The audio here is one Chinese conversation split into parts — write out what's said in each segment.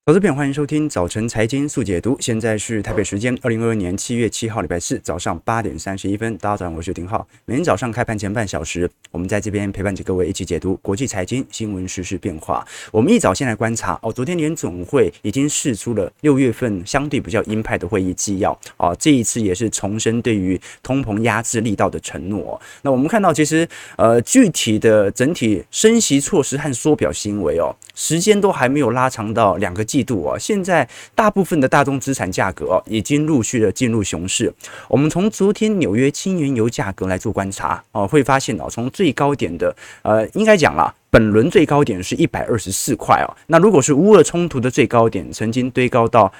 投资朋友，欢迎收听早晨财经速解读。现在是台北时间2022年7月7号，礼拜四早上8点31分。大家早上好，我是丁浩。每天早上开盘前半小时，我们在这边陪伴着各位一起解读国际财经新闻、时事变化。我们一早先来观察昨天联总会已经释出了6月份相对比较鹰派的会议纪要这一次也是重申对于通膨压制力道的承诺。那我们看到，其实具体的整体升息措施和缩表行为时间都还没有拉长到2个季度现在大部分的大宗资产价格已经陆续的进入熊市。我们从昨天纽约轻原油价格来做观察会发现从最高点的应该讲啦，本轮最高点是124块那如果是乌俄冲突的最高点，曾经堆高到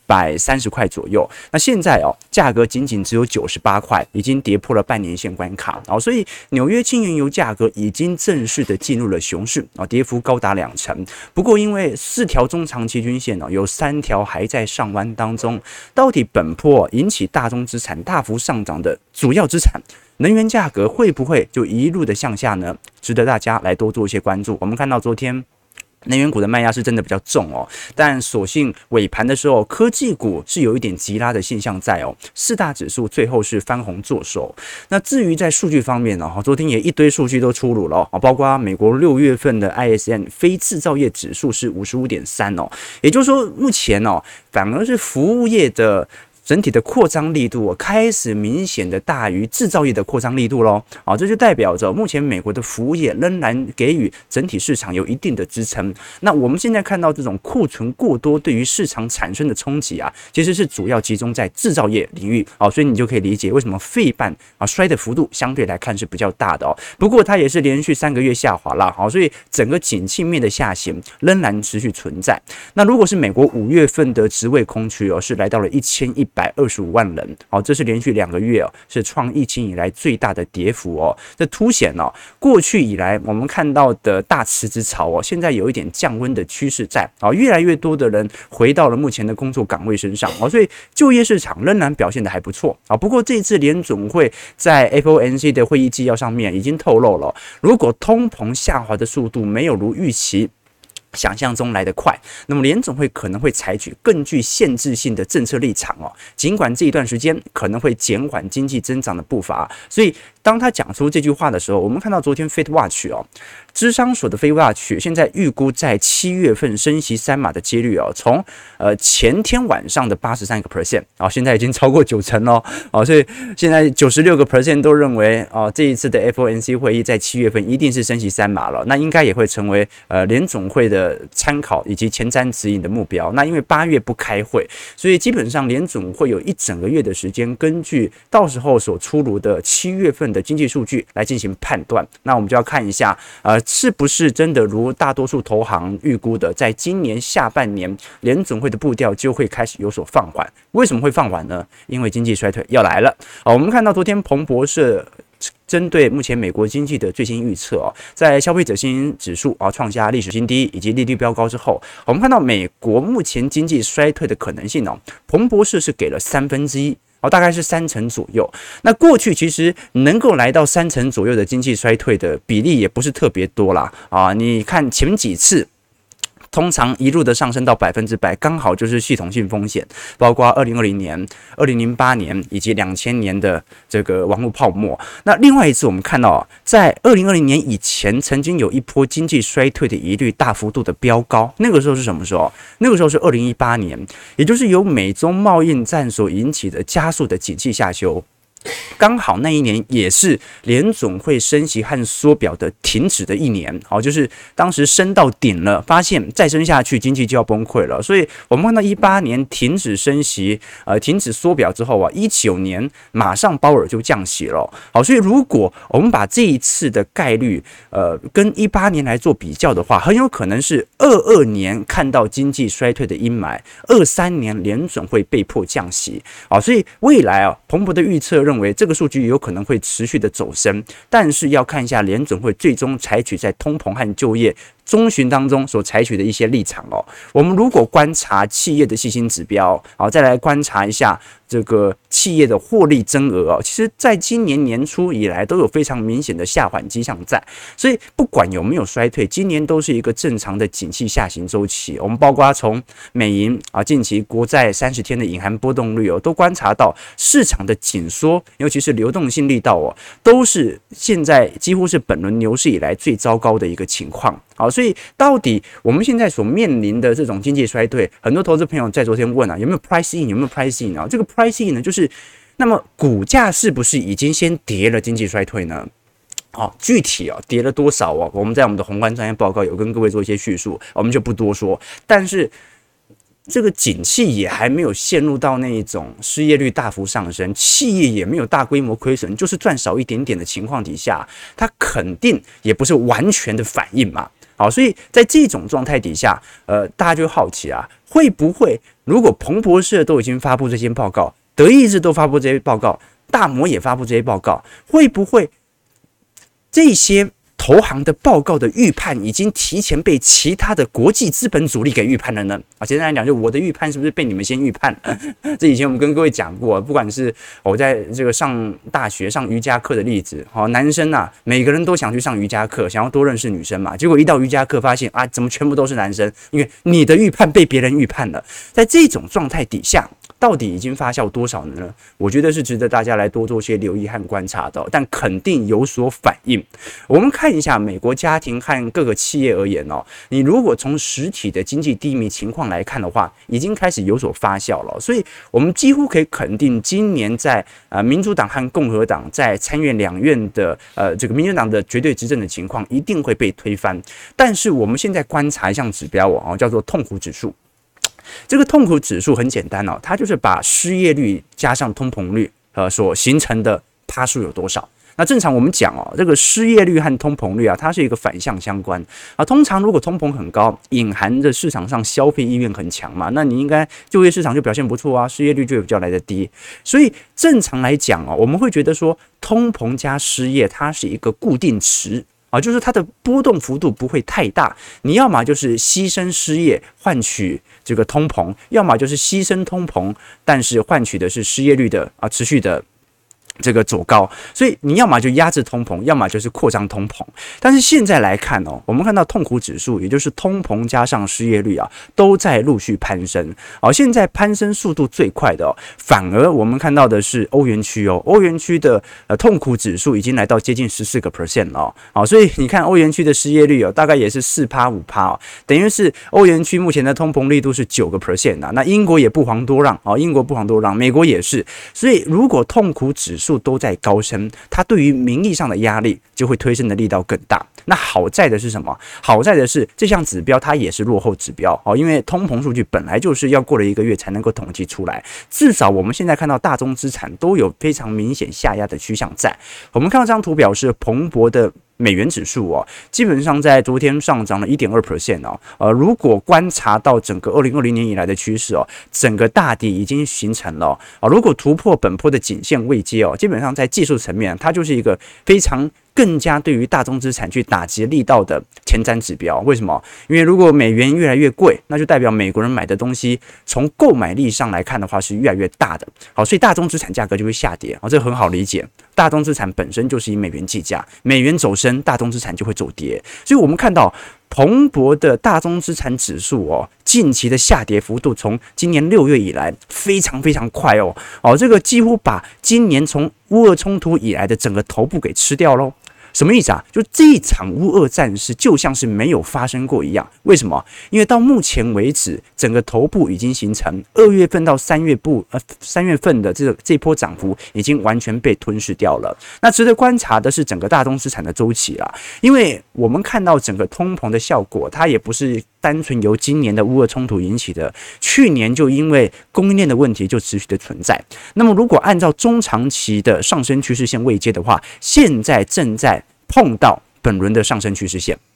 130块左右。那现在价格仅仅只有98块，已经跌破了半年线关卡所以纽约轻原油价格已经正式的进入了熊市跌幅高达20%。不过因为4条中长期均线有3条还在上弯当中，到底本波引起大宗资产大幅上涨的主要资产能源价格会不会就一路的向下呢？值得大家来多做一些关注。我们看到昨天能源股的卖压是真的比较重但所幸尾盘的时候，科技股是有一点急拉的现象在4大指数最后是翻红作收。那至于在数据方面昨天也一堆数据都出炉了包括美国6月份的 ISM 非制造业指数是 55.3也就是说目前反而是服务业的整体的扩张力度开始明显的大于制造业的扩张力度咯这就代表着目前美国的服务业仍然给予整体市场有一定的支撑。那我们现在看到这种库存过多对于市场产生的冲击其实是主要集中在制造业领域所以你就可以理解为什么费半摔的幅度相对来看是比较大的不过它也是连续3个月下滑了所以整个景气面的下行仍然持续存在。那如果是美国5月份的职位空缺是来到了1125万人这是连续2个月是创疫情以来最大的跌幅这凸显过去以来我们看到的大辞职潮现在有一点降温的趋势在越来越多的人回到了目前的工作岗位身上所以就业市场仍然表现得还不错不过这次联总会在 FOMC 的会议纪要上面已经透露了，如果通膨下滑的速度没有如预期想象中来得快，那么联总会可能会采取更具限制性的政策立场尽管这一段时间可能会减缓经济增长的步伐。所以当他讲出这句话的时候，我们看到昨天 Fed Watch 芝商所的 Fed Watch 现在预估在7月份升息3码的几率从前天晚上的83%现在已经超过90%了所以现在96% 都认为这一次的 FOMC 会议在7月份一定是升息3码了，那应该也会成为联总会的参考以及前瞻指引的目标。那因为8月不开会，所以基本上联总会有1整个月的时间，根据到时候所出炉的7月份的经济数据来进行判断。那我们就要看一下是不是真的如大多数投行预估的，在今年下半年联总会的步调就会开始有所放缓。为什么会放缓呢？因为经济衰退要来了我们看到昨天彭博社针对目前美国经济的最新预测在消费者信心指数创下历史新低以及利率飙高之后，我们看到美国目前经济衰退的可能性彭博社是给了1/3大概是30%左右。那过去其实能够来到30%左右的经济衰退的比例也不是特别多啦你看前几次通常一路的上升到100%，刚好就是系统性风险，包括2020年、2008年以及2000年的这个网络泡沫。那另外一次我们看到在2020年以前曾经有一波经济衰退的疑虑大幅度的飙高，那个时候是什么时候？那个时候是2018年，也就是由美中贸易战所引起的加速的景气下修。刚好那一年也是联总会升息和缩表的停止的一年就是当时升到顶了，发现再升下去经济就要崩溃了，所以我们看到18年停止升息停止缩表之后19年马上鲍尔就降息了所以如果我们把这一次的概率跟18年来做比较的话，很有可能是22年看到经济衰退的阴霾，23年联总会被迫降息所以未来彭博的预测认为这个数据有可能会持续的走升，但是要看一下联总会最终采取在通膨和就业中旬当中所采取的一些立场哦。我们如果观察企业的细心指标，好，再来观察一下这个企业的获利增额哦，其实在今年年初以来都有非常明显的下缓迹象在，所以不管有没有衰退，今年都是一个正常的景气下行周期。我们包括从美银近期国债30天的隐含波动率都观察到市场的紧缩，尤其是流动性力道都是现在几乎是本轮牛市以来最糟糕的一个情况。好，所以到底我们现在所面临的这种经济衰退，很多投资朋友在昨天问有没有 price in， 有没有 price in 这个 price in 呢，就是那么股价是不是已经先跌了经济衰退呢？具体跌了多少我们在我们的宏观专业报告有跟各位做一些叙述，我们就不多说。但是这个景气也还没有陷入到那一种失业率大幅上升，企业也没有大规模亏损，就是赚少一点点的情况底下，它肯定也不是完全的反应嘛。好，所以在这种状态底下，大家就好奇会不会如果彭博社都已经发布这些报告，德意志都发布这些报告，大摩也发布这些报告，会不会这些投行的报告的预判已经提前被其他的国际资本主力给预判了呢？简单来讲，就我的预判是不是被你们先预判了？这以前我们跟各位讲过，不管是我在这个上大学上瑜伽课的例子，男生每个人都想去上瑜伽课，想要多认识女生嘛，结果一到瑜伽课发现怎么全部都是男生？因为你的预判被别人预判了。在这种状态底下，到底已经发酵多少呢？我觉得是值得大家来多做些留意和观察的，但肯定有所反应。我们看一下美国家庭和各个企业而言你如果从实体的经济低迷情况来看的话，已经开始有所发酵了。所以我们几乎可以肯定，今年在民主党和共和党在参院两院的这个民主党的绝对执政的情况一定会被推翻。但是我们现在观察一项指标叫做痛苦指数。这个痛苦指数很简单它就是把失业率加上通膨率所形成的趴数有多少。那正常我们讲这个失业率和通膨率它是一个反向相关通常如果通膨很高，隐含着市场上消费意愿很强嘛，那你应该就业市场就表现不错失业率就比较来得低。所以正常来讲我们会觉得说通膨加失业它是一个固定值就是它的波动幅度不会太大，你要么就是牺牲失业换取这个通膨，要么就是牺牲通膨，但是换取的是失业率的持续的这个走高，所以你要么就压制通膨，要么就是扩张通膨。但是现在来看我们看到痛苦指数，也就是通膨加上失业率都在陆续攀升。现在攀升速度最快的反而我们看到的是欧元区欧元区的痛苦指数已经来到接近14% 了所以你看欧元区的失业率大概也是4%、5%等于是欧元区目前的通膨力度是9% 那英国也不遑多让英国不遑多让，美国也是。所以如果痛苦指数都在高升，它对于名义上的压力就会推升的力道更大。那好在的是什么？好在的是这项指标它也是落后指标因为通膨数据本来就是要过了1个月才能够统计出来。至少我们现在看到大宗资产都有非常明显下压的趋向在。我们看到这张图表是彭博的美元指数基本上在昨天上涨了 1.2% 如果观察到整个2020年以来的趋势整个大底已经形成了如果突破本波的颈线位阶基本上在技术层面它就是一个非常更加对于大宗资产去打击力道的前瞻指标。为什么？因为如果美元越来越贵，那就代表美国人买的东西从购买力上来看的话是越来越大的所以大宗资产价格就会下跌这很好理解，大宗资产本身就是以美元计价，美元走升，大宗资产就会走跌。所以我们看到彭博的大宗资产指数近期的下跌幅度从今年6月以来非常非常快这个几乎把今年从乌俄冲突以来的整个头部给吃掉咯。什么意思就这一场乌俄战事就像是没有发生过一样。为什么？因为到目前为止，整个头部已经形成，2月份到3月份的这波涨幅已经完全被吞噬掉了。那值得观察的是整个大宗资产的周期啦，因为我们看到整个通膨的效果，它也不是单纯由今年的乌俄冲突引起的，去年就因为供应链的问题就持续的存在。那么如果按照中长期的上升趋势线位阶的话，现在正在碰到本轮的上升趋势线。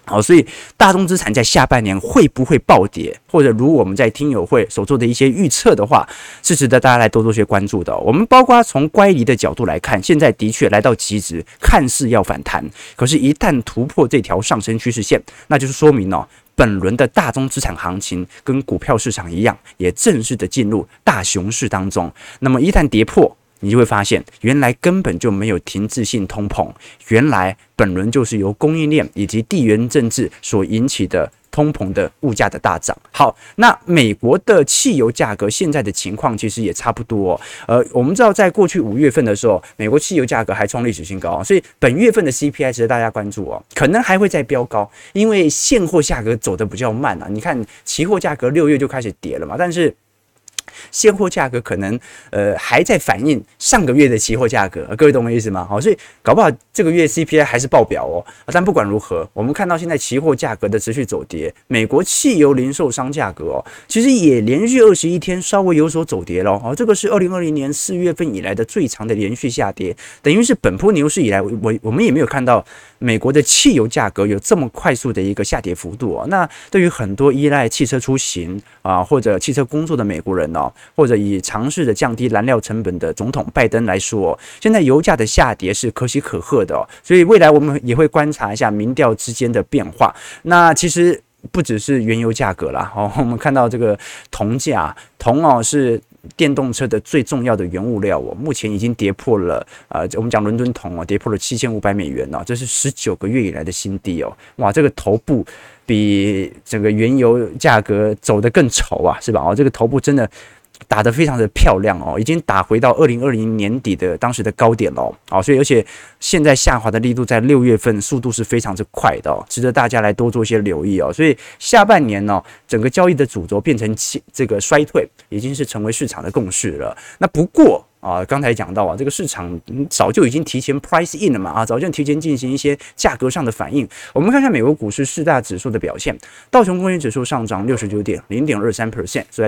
好，所以大宗资产在下半年会不会暴跌，或者如我们在听友会所做的一些预测的话，是值得大家来多做些关注的哦。我们包括从乖离的角度来看，现在的确来到极值，看似要反弹，可是，一旦突破这条上升趋势线，那就是说明哦，本轮的大宗资产行情跟股票市场一样，也正式的进入大熊市当中。那么，一旦跌破，你就会发现，原来根本就没有停滞性通膨，原来本轮就是由供应链以及地缘政治所引起的通膨的物价的大涨。好，那美国的汽油价格现在的情况其实也差不多我们知道在过去5月份的时候，美国汽油价格还创历史新高，所以本月份的 CPI 值得大家关注可能还会再飙高，因为现货价格走得比较慢你看期货价格6月就开始跌了嘛，但是现货价格可能还在反映上个月的期货价格，各位懂我意思吗？好，所以搞不好这个月 CPI 还是爆表但不管如何，我们看到现在期货价格的持续走跌，美国汽油零售商价格其实也连续21天稍微有所走跌了这个是2020年4月份以来的最长的连续下跌，等于是本波牛市以来，我们也没有看到美国的汽油价格有这么快速的一个下跌幅度那对于很多依赖汽车出行或者汽车工作的美国人或者以尝试着降低燃料成本的总统拜登来说现在油价的下跌是可喜可贺的所以未来我们也会观察一下民调之间的变化。那其实不只是原油价格啦我们看到这个铜价，铜是电动车的最重要的原物料目前已经跌破了我们讲伦敦铜跌破了$7500这是19个月以来的新低哇，这个头部比整个原油价格走得更丑是吧这个头部真的打得非常的漂亮已经打回到2020年底的当时的高点了所以而且现在下滑的力度在6月份速度是非常之快的值得大家来多做一些留意所以下半年整个交易的主轴变成这个衰退，已经是成为市场的共识了。那不过刚才讲到这个市场早就已经提前 price in 了嘛早就提前进行一些价格上的反应。我们看一下美国股市4大指数的表现，道琼工业指数上涨69点 0.23%， 收在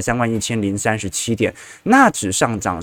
31037点，纳指上涨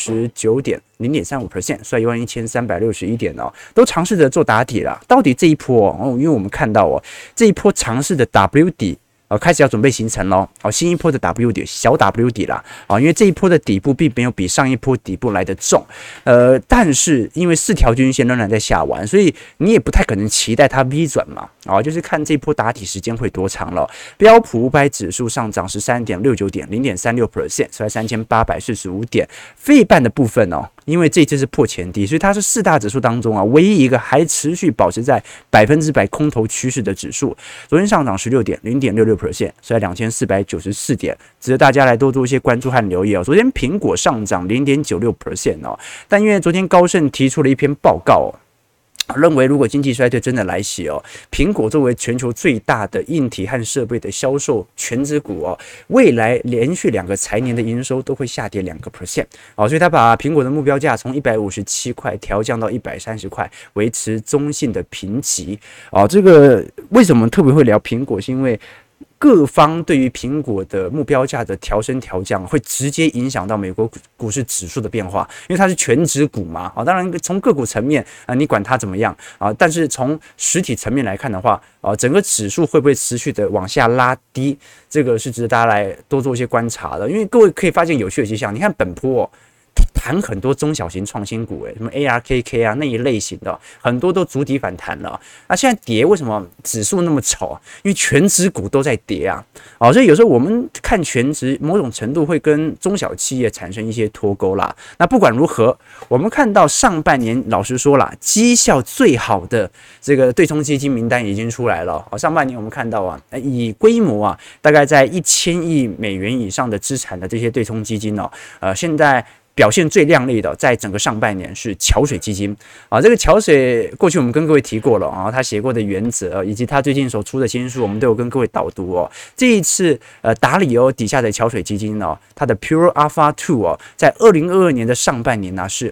39点 0.35%， 收在11361点都尝试着做打底了。到底这一波因为我们看到这一波尝试的 W 底开始要准备形成咯新一波的 W 底，小 W 底啦因为这一波的底部并没有比上一波底部来得重但是因为4条均线仍然在下弯，所以你也不太可能期待它 V 转嘛就是看这一波打底时间会多长了。标普500指数上涨 13.69 点 0.36%， 收在3845点。费半的部分因为这次是破前低，所以它是4大指数当中唯一一个还持续保持在100%空头趋势的指数。昨天上涨16点 0.66%， 收在2494点，值得大家来多做一些关注和留意昨天苹果上涨 0.96% 但因为昨天高盛提出了一篇报告认为如果经济衰退真的来袭苹果作为全球最大的硬体和设备的销售权值股未来连续2个财年的营收都会下跌2%所以他把苹果的目标价从157块调降到130块，维持中性的评级这个为什么特别会聊苹果，是因为各方对于苹果的目标价的调升调降会直接影响到美国股市指数的变化，因为它是全指股嘛当然从个股层面你管它怎么样但是从实体层面来看的话整个指数会不会持续的往下拉低，这个是值得大家来多做一些观察的。因为各位可以发现有趣的迹象，你看本波谈很多中小型创新股什么 ARKK 那一类型的很多都筑底反弹了现在跌为什么指数那么丑因为全指股都在跌所以有时候我们看全指某种程度会跟中小企业产生一些脱钩啦。那不管如何，我们看到上半年老实说啦，绩效最好的这个对冲基金名单已经出来了上半年我们看到以规模大概在1000亿美元以上的资产的这些对冲基金现在表现最亮丽的在整个上半年是桥水基金这个桥水过去我们跟各位提过了他写过的原则以及他最近所出的新书我们都有跟各位导读这一次达里欧底下的桥水基金它的 Pure Alpha 2在2022年的上半年是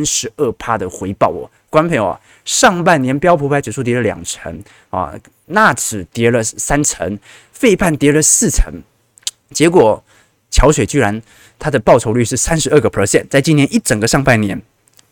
32% 的回报观众朋友上半年标普500指数跌了2成纳指跌了3成，费半跌了4成，结果桥水居然它的报酬率是32%，在今年一整个上半年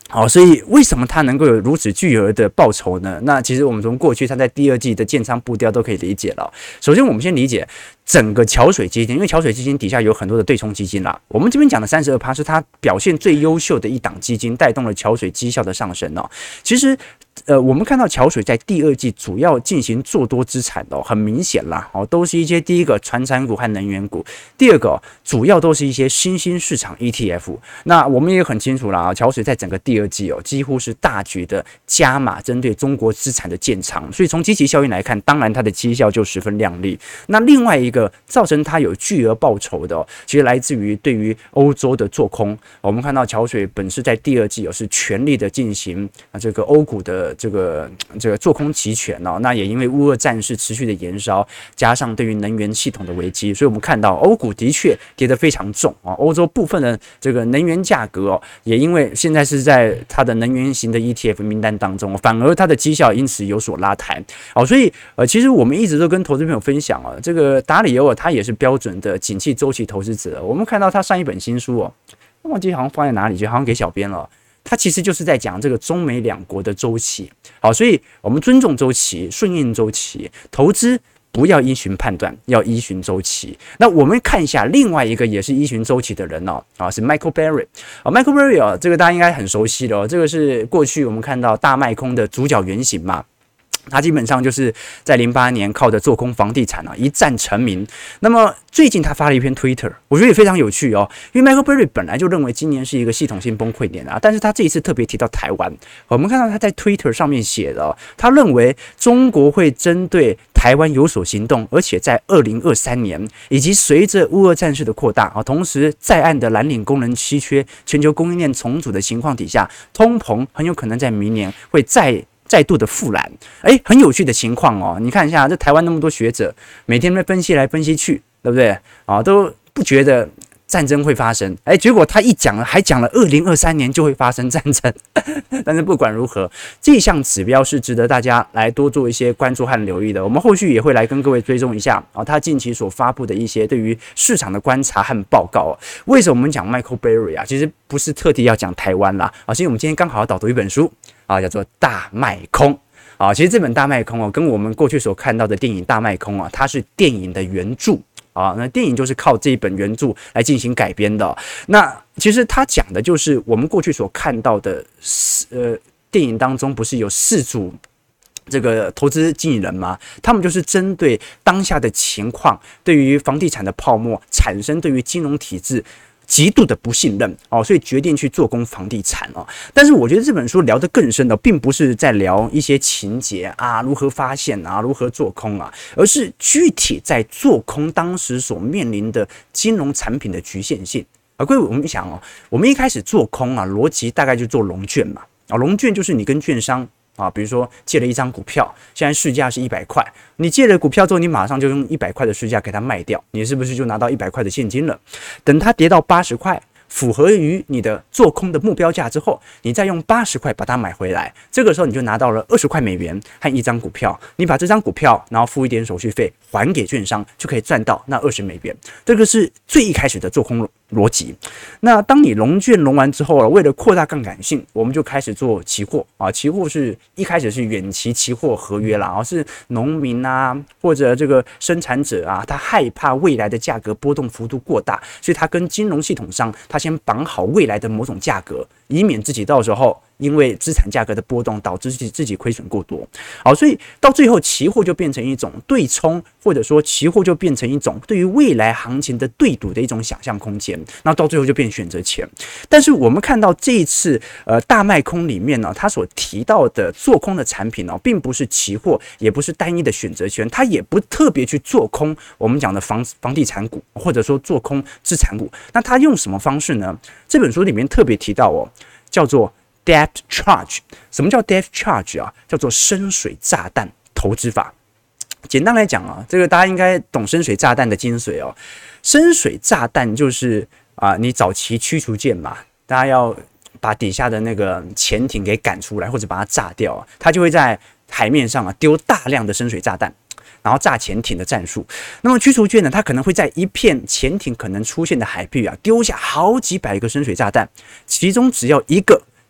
好，所以为什么他能够有如此巨额的报酬呢？那其实我们从过去他在第二季的建仓步调都可以理解了。首先，我们先理解整个桥水基金，因为桥水基金底下有很多的对冲基金啦。我们这边讲的32%是它表现最优秀的一档基金，带动了桥水绩效的上升哦。其实，我们看到桥水在第二季主要进行做多资产的很明显啦，都是一些第一个传产股和能源股，第二个主要都是一些新兴市场 ETF。那我们也很清楚啦，桥水在整个第二季几乎是大举的加码针对中国资产的建仓，所以从基期效应来看，当然它的绩效就十分亮丽。那另外一个造成它有巨额报酬的其实来自于对于欧洲的做空。我们看到桥水本是在第二季是全力的进行这个欧股的这个做空期权那也因为乌俄战事持续的延烧，加上对于能源系统的危机，所以我们看到欧股的确跌得非常重欧洲部分的这个能源价格也因为现在是在它的能源型的 ETF 名单当中，反而它的绩效因此有所拉抬所以其实我们一直都跟投资朋友分享这个达里欧他也是标准的景气周期投资者。我们看到他上一本新书忘记好像放在哪里，就好像给小编了。它其实就是在讲这个中美两国的周期。好，所以我们尊重周期，顺应周期，投资不要依循判断，要依循周期。那我们看一下另外一个也是依循周期的人是 Michael Burry。Michael Burry 这个大家应该很熟悉的这个是过去我们看到大卖空的主角原型嘛。他基本上就是在08年靠着做空房地产一战成名。那么最近他发了一篇 Twitter， 我觉得也非常有趣因为 Michael Burry 本来就认为今年是一个系统性崩溃年但是他这一次特别提到台湾。我们看到他在 Twitter 上面写的他认为中国会针对台湾有所行动，而且在2023年以及随着乌俄战事的扩大同时在岸的蓝领工人稀缺，全球供应链重组的情况底下，通膨很有可能在明年会再度的复燃。很有趣的情况你看一下这台湾那么多学者每天在分析来分析去，对不对都不觉得战争会发生，结果他一讲了，还讲了2023年就会发生战争。但是不管如何，这项指标是值得大家来多做一些关注和留意的。我们后续也会来跟各位追踪一下他近期所发布的一些对于市场的观察和报告为什么我们讲 Michael Burry 其实不是特地要讲台湾啦其实我们今天刚好要导读一本书叫做《大卖空》其实这本《大卖空》跟我们过去所看到的电影《大卖空》它是电影的原著那电影就是靠这一本原著来进行改编的。那其实它讲的就是我们过去所看到的电影当中不是有4组这个投资经理人吗？他们就是针对当下的情况，对于房地产的泡沫产生对于金融体制极度的不信任所以决定去做空房地产但是我觉得这本书聊得更深的并不是在聊一些情节如何发现如何做空而是具体在做空当时所面临的金融产品的局限性各位我们想我们一开始做空逻辑大概就做融券嘛融券就是你跟券商比如说借了一张股票，现在市价是100块，你借了股票之后，你马上就用100块的市价给它卖掉，你是不是就拿到100块的现金了？等它跌到80块，符合于你的做空的目标价之后，你再用80块把它买回来，这个时候你就拿到了20块美元和一张股票，你把这张股票然后付一点手续费还给券商，就可以赚到那20美元。这个是最一开始的做空逻辑。那当你融券融完之后为了扩大杠杆性，我们就开始做期货期货是一开始是远期期货合约啦是农民或者这个生产者他害怕未来的价格波动幅度过大，所以他跟金融系统商他先绑好未来的某种价格，以免自己到时候因为资产价格的波动导致自己亏损过多。所以到最后期货就变成一种对冲，或者说期货就变成一种对于未来行情的对赌的一种想象空间，那到最后就变选择权。但是我们看到这一次大卖空里面他所提到的做空的产品并不是期货，也不是单一的选择权，它也不特别去做空我们讲的房地产股，或者说做空资产股。那它用什么方式呢？这本书里面特别提到叫做Depth Charge。 什么叫 Depth Charge 叫做深水炸弹投资法。简单来讲这个大家应该懂深水炸弹的精髓深水炸弹就是你早期驱除舰嘛，大家要把底下的那个潜艇给赶出来，或者把它炸掉它就会在海面上丢大量的深水炸弹，然后炸潜艇的战术。那么驱除舰呢，它可能会在一片潜艇可能出现的海域丢下好几百个深水炸弹，其中只要一个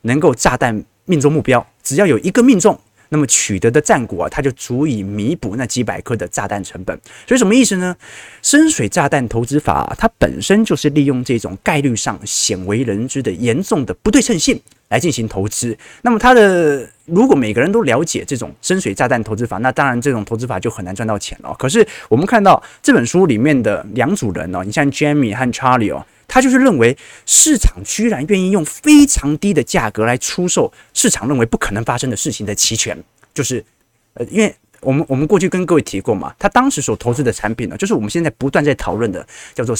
能够炸弹命中目标，只要有一个命中，那么取得的战果它就足以弥补那几百颗的炸弹成本。所以什么意思呢？深水炸弹投资法它本身就是利用这种概率上鲜为人知的严重的不对称性来进行投资。那么如果每个人都了解这种深水炸弹投资法，那当然这种投资法就很难赚到钱了。可是我们看到这本书里面的两组人你像 Jamie 和 Charlie他就是认为市场居然愿意用非常低的价格来出售市场认为不可能发生的事情的期权，就是因为我们过去跟各位提过嘛，他当时所投资的产品就是我们现在不断在讨论的叫做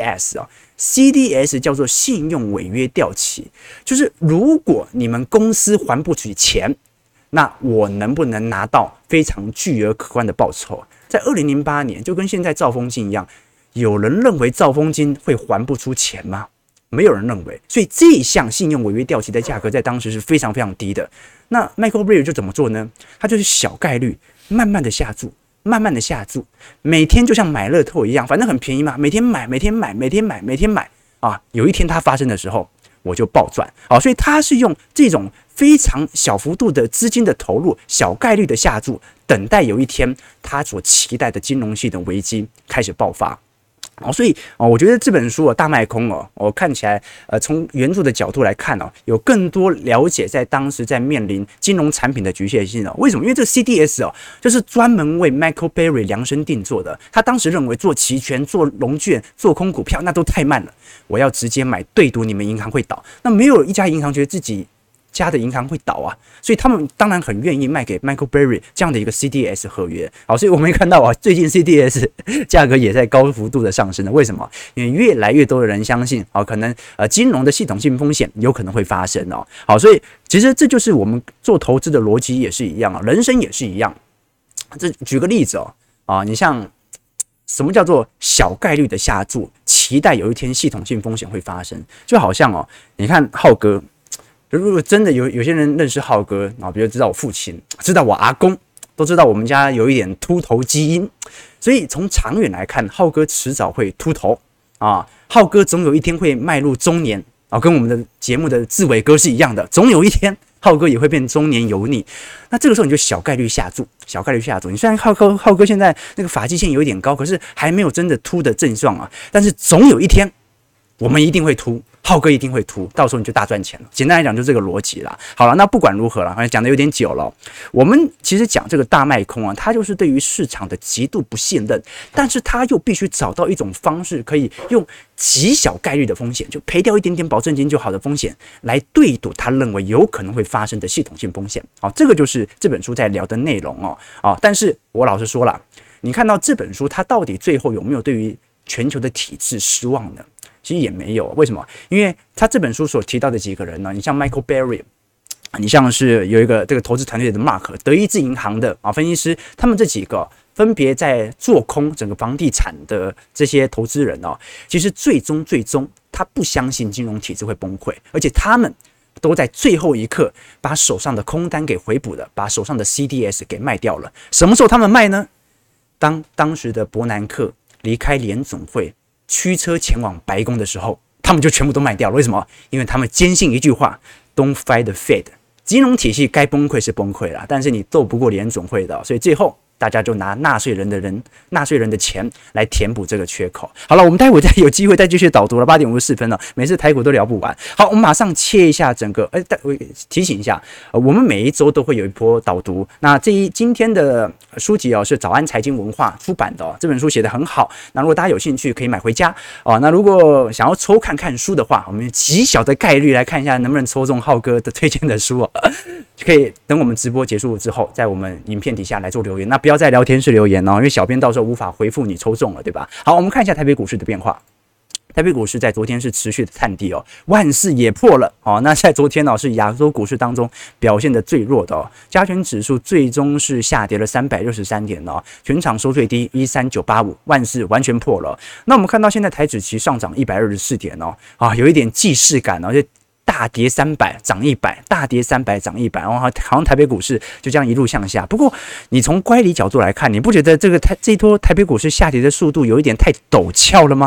CDS。CDS 叫做信用违约掉期，就是如果你们公司还不起钱，那我能不能拿到非常巨额可观的报酬？在2008年，就跟现在兆丰金一样，有人认为兆丰金会还不出钱吗？没有人认为，所以这一项信用违约掉期的价格在当时是非常非常低的。那 Michael Burry 就怎么做呢？他就是小概率，慢慢的下注，慢慢的下注，每天就像买乐透一样，反正很便宜嘛，每天买，每天买，每天买，每天买啊！有一天它发生的时候，我就暴赚啊！所以他是用这种非常小幅度的资金的投入，小概率的下注，等待有一天他所期待的金融系统危机开始爆发。所以我觉得这本书大卖空我看起来从原著的角度来看有更多了解在当时在面临金融产品的局限性为什么？因为这个 CDS 就是专门为 Michael Burry 量身定做的。他当时认为做期权、做融券、做空股票那都太慢了，我要直接买对赌你们银行会倒。那没有一家银行觉得自己家的银行会倒啊，所以他们当然很愿意卖给 Michael Burry 这样的一个 CDS 合约。好，所以我们看到最近 CDS 价格也在高幅度的上升了。为什么？因为越来越多的人相信可能金融的系统性风险有可能会发生好，所以其实这就是我们做投资的逻辑也是一样人生也是一样。这举个例子你像什么叫做小概率的下注，期待有一天系统性风险会发生，就好像你看浩哥。如果真的有些人认识浩哥比如知道我父亲，知道我阿公，都知道我们家有一点秃头基因，所以从长远来看，浩哥迟早会秃头浩哥总有一天会迈入中年跟我们的节目的志伟哥是一样的，总有一天浩哥也会变中年油腻。那这个时候你就小概率下注，小概率下注。你虽然浩哥现在那个发际线有一点高，可是还没有真的秃的症状但是总有一天我们一定会秃，浩哥一定会秃，到时候你就大赚钱了。简单来讲就这个逻辑啦。好了，那不管如何了，讲的有点久了。我们其实讲这个大卖空它就是对于市场的极度不信任，但是他又必须找到一种方式，可以用极小概率的风险，就赔掉一点点保证金就好的风险，来对赌他认为有可能会发生的系统性风险。这个就是这本书在聊的内容但是我老实说了，你看到这本书它到底最后有没有对于全球的体制失望呢？其实也没有，为什么？因为他这本书所提到的几个人呢，你像 Michael Burry， 你像是有一个这个投资团队的 Mark， 德意志银行的分析师，他们这几个分别在做空整个房地产的这些投资人其实最终他不相信金融体制会崩溃，而且他们都在最后一刻把手上的空单给回补了，把手上的 CDS 给卖掉了。什么时候他们卖呢？当时的伯南克离开联总会驱车前往白宫的时候，他们就全部都卖掉了。为什么？因为他们坚信一句话 ：Don't fight the Fed。金融体系该崩溃是崩溃了，但是你斗不过联总会的，所以最后大家就拿纳税人的钱来填补这个缺口。好了，我们待会再有机会再继续导读了，8点54分了，每次台股都聊不完。好，我们马上切一下整个，我提醒一下，我们每一周都会有一波导读。那今天的书籍是早安财经文化出版的这本书写得很好。那如果大家有兴趣，可以买回家那如果想要抽看书的话，我们极小的概率来看一下能不能抽中浩哥的推荐的书就可以等我们直播结束之后，在我们影片底下来做留言。那不要在聊天室留言因为小编到时候无法回复你抽中了，对吧？好，我们看一下台北股市的变化。台北股市在昨天是持续的探底万四也破了那在昨天是亚洲股市当中表现的最弱的加权指数最终是下跌了363点全场收最低13985，万四完全破了。那我们看到现在台指期上涨124点有一点既视感就大跌300涨100，大跌300涨100，好像台北股市就这样一路向下。不过你从乖离角度来看，你不觉得这一波台北股市下跌的速度有一点太陡峭了吗？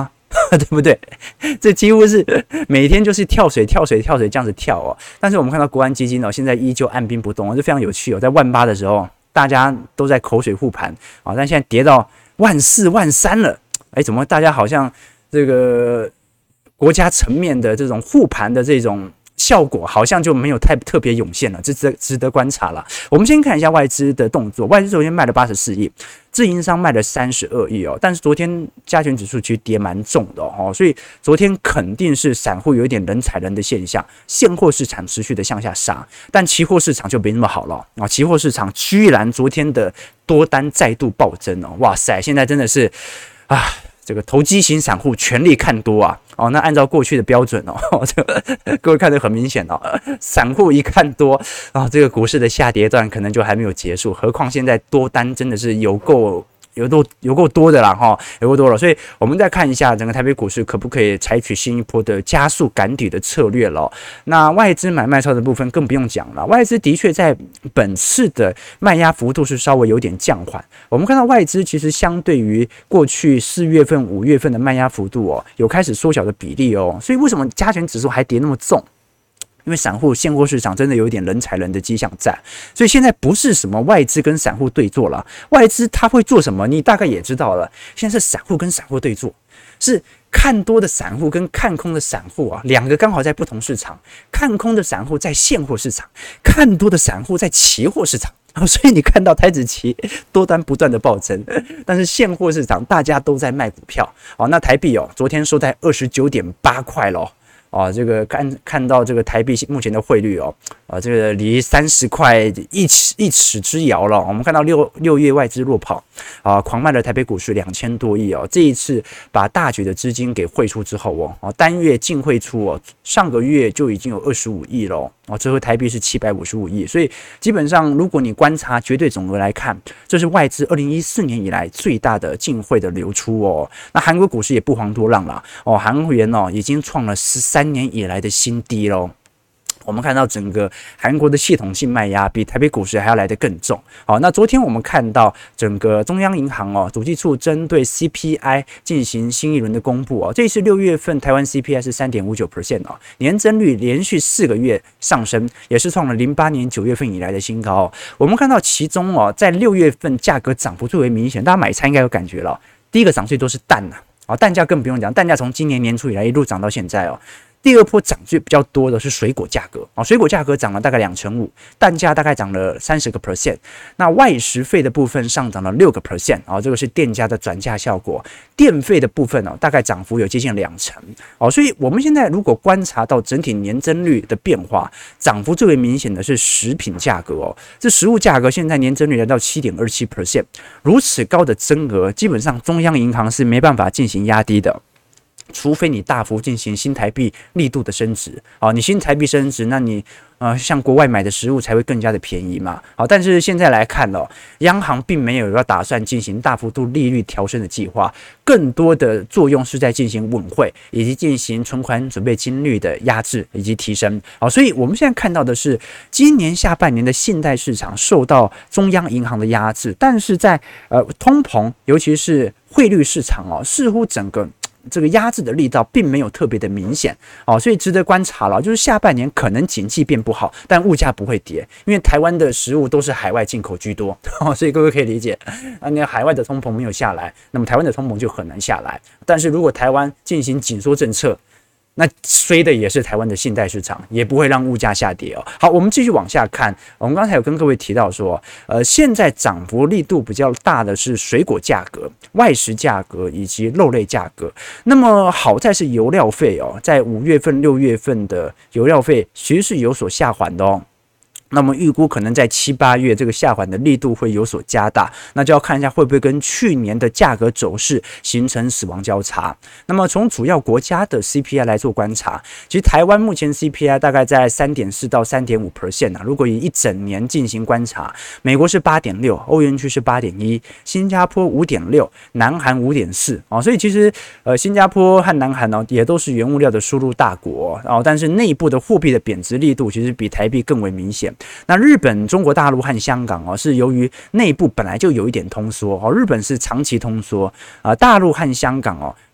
对不对？这几乎是每天就是跳水这样子跳哦。但是我们看到国安基金现在依旧按兵不动，这非常有趣哦。在18000的时候，大家都在口水护盘啊，但现在跌到14000、13000了，怎么大家好像这个国家层面的这种护盘的这种效果好像就没有太特别涌现了，这值得观察了。我们先看一下外资的动作，外资昨天卖了84亿，自营商卖了32亿哦，但是昨天加权指数其实跌蛮重的哦，所以昨天肯定是散户有一点人踩人的现象，现货市场持续的向下杀，但期货市场就没那么好了啊，期货市场居然昨天的多单再度暴增哦，哇塞，现在真的是啊。这个投机型散户全力看多啊！那按照过去的标准这个各位看得很明显散户一看多这个股市的下跌段可能就还没有结束，何况现在多单真的是有够多的啦有够多了，所以我们再看一下整个台北股市可不可以采取新一波的加速赶底的策略了。那外资买卖超的部分更不用讲了，外资的确在本次的卖压幅度是稍微有点降缓。我们看到外资其实相对于过去4月份、5月份的卖压幅度有开始缩小的比例所以为什么加权指数还跌那么重？因为散户现货市场真的有点人踩人的迹象在，所以现在不是什么外资跟散户对做了，外资他会做什么，你大概也知道了。现在是散户跟散户对做，是看多的散户跟看空的散户两个刚好在不同市场，看空的散户在现货市场，看多的散户在期货市场。所以你看到台指期多单不断的暴增，但是现货市场大家都在卖股票那台币昨天收在29.8块咯。这个看到这个台币目前的汇率这个离30块一尺之遥了。我们看到六月外资落跑狂卖了台北股市2000多亿这一次把大举的资金给汇出之后单月净汇出上个月就已经有25亿了折合台币是755亿，所以基本上如果你观察绝对总额来看，这是外资2014年以来最大的净汇的流出那韩国股市也不遑多让了韩元已经创了13年以来的新低咯。我们看到整个韩国的系统性卖压比台北股市还要来得更重那昨天我们看到整个中央银行主计处针对 CPI 进行新一轮的公布这次6月份台湾 CPI 是 3.59% 年增率连续4个月上升，也是创了08年9月份以来的新高我们看到其中在6月份价格涨幅最为明显，大家买菜应该有感觉了。第一个涨最多是蛋蛋价更不用讲，蛋价从今年年初以来一路涨到现在第二波涨最比较多的是水果价格水果价格涨了大概2.5%，蛋价大概涨了30%。那外食费的部分上涨了6%这个是店家的转嫁效果。电费的部分大概涨幅有接近20%所以我们现在如果观察到整体年增率的变化，涨幅最为明显的是食品价格这食物价格现在年增率来到 7.27%， 如此高的增额，基本上中央银行是没办法进行压低的。除非你大幅进行新台币力度的升值你新台币升值，那你像国外买的食物才会更加的便宜嘛但是现在来看央行并没有要打算进行大幅度利率调升的计划，更多的作用是在进行稳汇以及进行存款准备金率的压制以及提升所以我们现在看到的是今年下半年的信贷市场受到中央银行的压制，但是在通膨尤其是汇率市场似乎整个这个压制的力道并没有特别的明显所以值得观察了。就是下半年可能经济变不好，但物价不会跌，因为台湾的食物都是海外进口居多所以各位可以理解那海外的通膨没有下来，那么台湾的通膨就很难下来。但是如果台湾进行紧缩政策，那衰的也是台湾的信贷市场，也不会让物价下跌好，我们继续往下看。我们刚才有跟各位提到说，现在涨幅力度比较大的是水果价格、外食价格以及肉类价格。那么好在是油料费在5月份、6月份的油料费其实是有所下缓的那么预估可能在7、8月这个下缓的力度会有所加大，那就要看一下会不会跟去年的价格走势形成死亡交叉。那么从主要国家的 CPI 来做观察，其实台湾目前 CPI 大概在 3.4 到 3.5% 如果以一整年进行观察，美国是 8.6， 欧元区是 8.1， 新加坡 5.6， 南韩 5.4 所以其实新加坡和南韩也都是原物料的输入大国但是内部的货币的贬值力度其实比台币更为明显。那日本、中国大陆和香港是由于内部本来就有一点通缩日本是长期通缩大陆和香港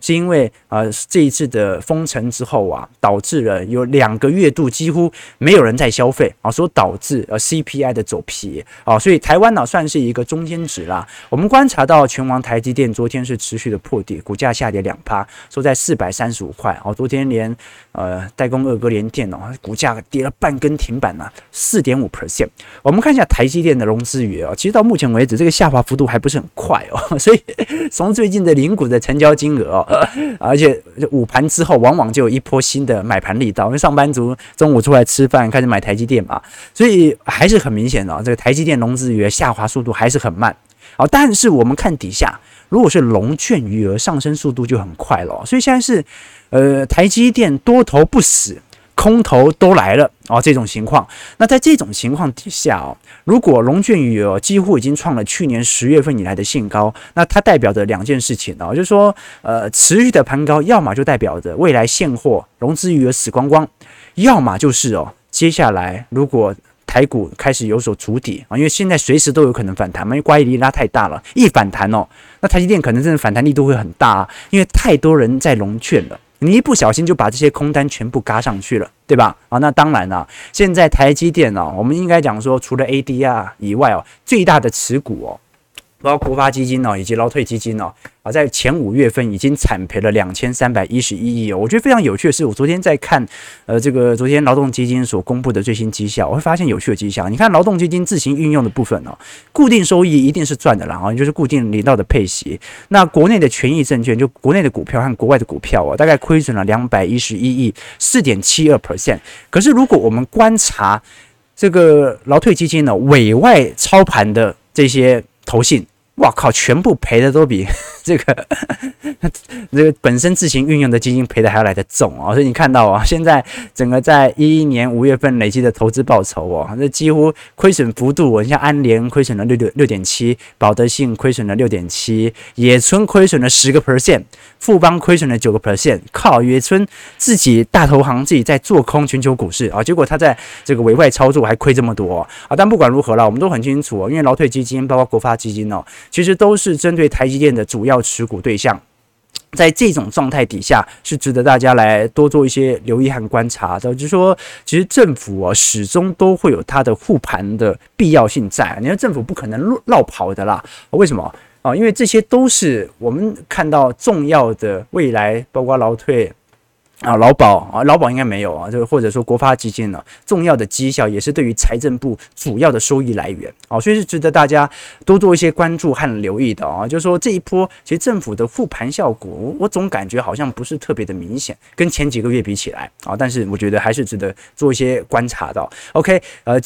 是因为这一次的封城之后啊，导致了有2个月度几乎没有人在消费啊，所导致CPI 的走皮啊，所以台湾呢算是一个中间值啦。我们观察到全网台积电昨天是持续的破底，股价下跌2%，收在435块哦。昨天连代工二哥联电哦，股价跌了半根停板啊，4.5%。我们看一下台积电的融资余额，其实到目前为止这个下滑幅度还不是很快哦，所以从最近的零股的成交金额哦，而且午盘之后往往就有一波新的买盘力道，因为上班族中午出来吃饭开始买台积电嘛，所以还是很明显的，这个台积电融资余额下滑速度还是很慢。好，但是我们看底下，如果是融券余额上升速度就很快了，所以现在是台积电多头不死，空头都来了哦，这种情况。那在这种情况底下哦，如果融券余额几乎已经创了去年10月份以来的新高，那它代表着2件事情哦，就是说持续的盘高，要么就代表着未来现货融资余额死光光，要么就是接下来如果台股开始有所筑底啊，因为现在随时都有可能反弹嘛，因为乖离力拉太大了，一反弹那台积电可能真的反弹力度会很大啊，因为太多人在融券了。你一不小心就把这些空单全部嘎上去了，对吧？那当然了，现在台积电我们应该讲说，除了 ADR 以外最大的持股包括国发基金以及劳退基金在前5月份已经惨赔了2311亿我觉得非常有趣的是，我昨天在看昨天劳动基金所公布的最新绩效，我会发现有趣的绩效。你看劳动基金自行运用的部分固定收益一定是赚的啦就是固定领到的配息。那国内的权益证券，就国内的股票和国外的股票大概亏损了211亿，4.72%。可是如果我们观察这个劳退基金委外操盘的这些投信，哇靠，全部赔的都比这个本身自行运用的基金赔的还要来得重所以你看到现在整个在2011年5月份累积的投资报酬这几乎亏损幅度，像安联亏损了 6.7%， 保德信亏损了 6.7%， 野村亏损了 10%， 富邦亏损了 9%， 靠，野村自己大投行自己在做空全球股市结果他在这个委外操作还亏这么多但不管如何啦，我们都很清楚因为劳退基金包括国发基金其实都是针对台积电的主要持股对象，在这种状态底下是值得大家来多做一些留意和观察的。就是说，其实政府始终都会有它的护盘的必要性在，你看政府不可能落跑的啦。为什么因为这些都是我们看到重要的未来，包括劳退劳保应该没有就或者说国发基金重要的绩效也是对于财政部主要的收益来源所以是值得大家多做一些关注和留意的就是说这一波其实政府的护盘效果，我总感觉好像不是特别的明显，跟前几个月比起来但是我觉得还是值得做一些观察的。OK，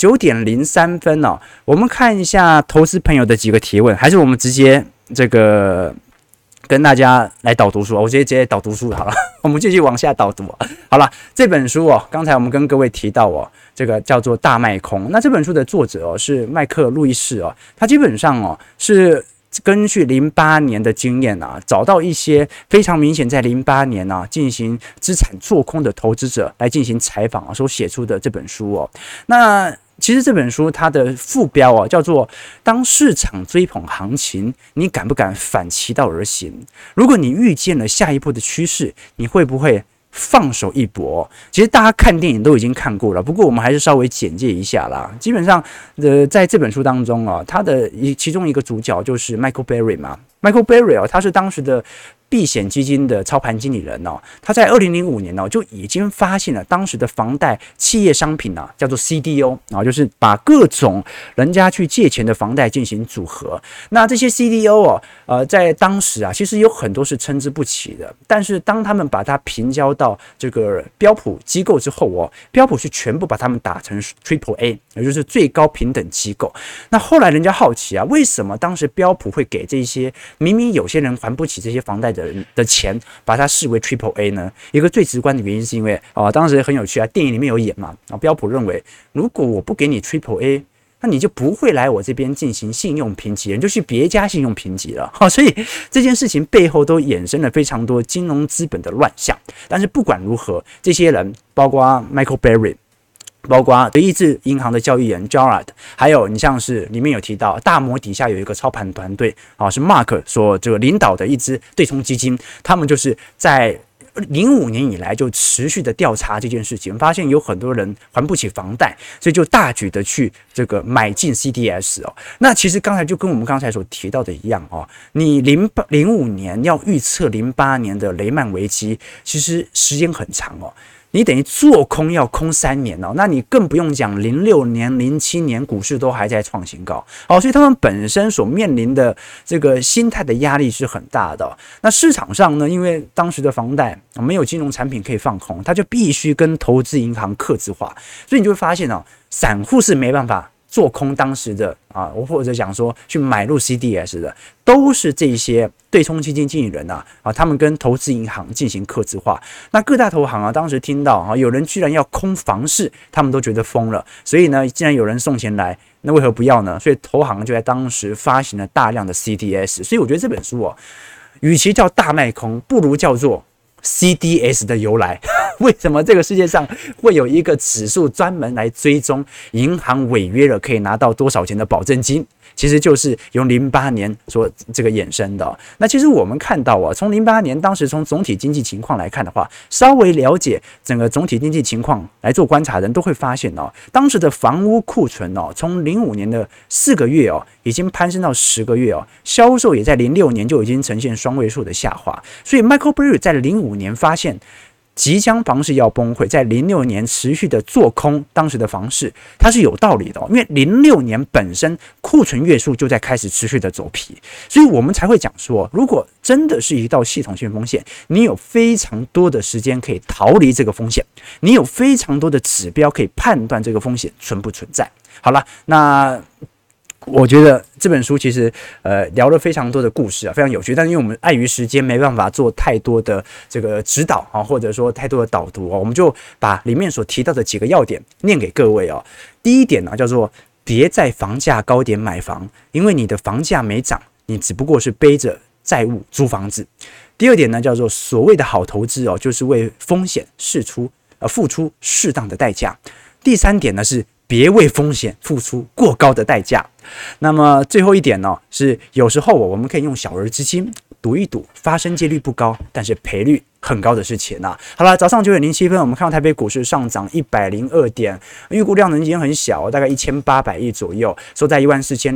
9:03分我们看一下投资朋友的几个提问，还是我们直接这个跟大家来导读书我直接导读书好了，我们继续往下导读好了，这本书刚才我们跟各位提到这个叫做大卖空。那这本书的作者是麦克路易士他基本上是根据08年的经验找到一些非常明显在08年进行资产做空的投资者来进行采访所写出的这本书那其实这本书它的副标叫做当市场追捧行情，你敢不敢反其道而行？如果你预见了下一步的趋势，你会不会放手一搏？其实大家看电影都已经看过了，不过我们还是稍微简介一下啦。基本上在这本书当中他的其中一个主角就是 Michael Burry 嘛。Michael Burry 他是当时的避险基金的操盘经理人他在2005年就已经发现了当时的房贷企业商品叫做 CDO 就是把各种人家去借钱的房贷进行组合。那这些 CDO 在当时其实有很多是参差不齐的，但是当他们把它平交到这个标普机构之后标普是全部把他们打成 AAA， 也就是最高平等机构。那后来人家好奇为什么当时标普会给这些明明有些人还不起这些房贷的人的钱，把它视为 AAA 呢？一个最直观的原因是因为当时很有趣电影里面有演嘛标普认为如果我不给你 AAA， 那你就不会来我这边进行信用评级，你就去别家信用评级了所以这件事情背后都衍生了非常多金融资本的乱象。但是不管如何，这些人包括 Michael Burry 包括德意志银行的交易员 Gerard， 还有你像是里面有提到大摩底下有一个操盘团队啊，是 Mark 所这个领导的一支对冲基金，他们就是在05年以来就持续的调查这件事情，发现有很多人还不起房贷，所以就大举的去这个买进 CDS 哦。那其实刚才就跟我们刚才所提到的一样哦，你05年要预测08年的雷曼危机，其实时间很长哦。你等于做空要空3年哦，那你更不用讲06年、07年股市都还在创新高哦，所以他们本身所面临的这个心态的压力是很大的哦。那市场上呢，因为当时的房贷没有金融产品可以放空，它就必须跟投资银行客制化，所以你就会发现哦，散户是没办法做空当时的或者讲说去买入 CDS 的，都是这些对冲基金经理人他们跟投资银行进行客制化。那各大投行当时听到有人居然要空房市，他们都觉得疯了。所以呢，既然有人送钱来，那为何不要呢？所以投行就在当时发行了大量的 CDS。所以我觉得这本书与其叫大卖空，不如叫做CDS 的由来，为什么这个世界上会有一个指数专门来追踪银行违约了可以拿到多少钱的保证金？其实就是由08年所这个衍生的。那其实我们看到从08年当时从总体经济情况来看的话，稍微了解整个总体经济情况来做观察的人都会发现当时的房屋库存从05年的4个月已经攀升到10个月销售也在06年就已经呈现双位数的下滑。所以 Michael Burry 在05年发现即将房市要崩溃，在06年持续的做空当时的房市，它是有道理的因为06年本身库存月数就在开始持续的走皮，所以我们才会讲说，如果真的是一道系统性风险，你有非常多的时间可以逃离这个风险，你有非常多的指标可以判断这个风险存不存在。好了，那我觉得这本书其实聊了非常多的故事非常有趣，但是因为我们碍于时间没办法做太多的这个指导或者说太多的导读我们就把里面所提到的几个要点念给各位第一点叫做别在房价高点买房，因为你的房价没涨，你只不过是背着债务租房子。第二点呢，叫做所谓的好投资就是为风险付出适当的代价。第三点呢是别为风险付出过高的代价。那么最后一点是有时候我们可以用小额资金赌一赌发生几率不高，但是赔率很高的事情好了，早上9点07分，我们看到台北股市上涨102点，预估量能已经很小，大概1800亿左右，收在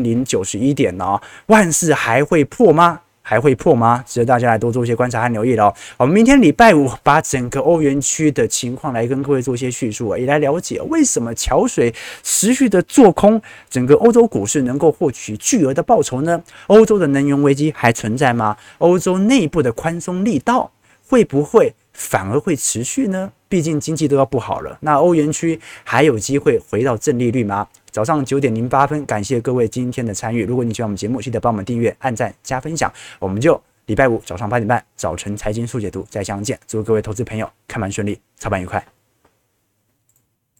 14091点万事还会破吗？值得大家来多做一些观察和留意了我们明天礼拜五把整个欧元区的情况来跟各位做一些叙述也来了解为什么桥水持续的做空整个欧洲股市能够获取巨额的报酬呢？欧洲的能源危机还存在吗？欧洲内部的宽松力道会不会反而会持续呢？毕竟经济都要不好了，那欧元区还有机会回到正利率吗？早上9点08分，感谢各位今天的参与。如果你喜欢我们节目，记得帮我们订阅、按赞、加分享。我们就礼拜五早上8点半，早晨财经速解读再相见。祝各位投资朋友看盘顺利，操盘愉快。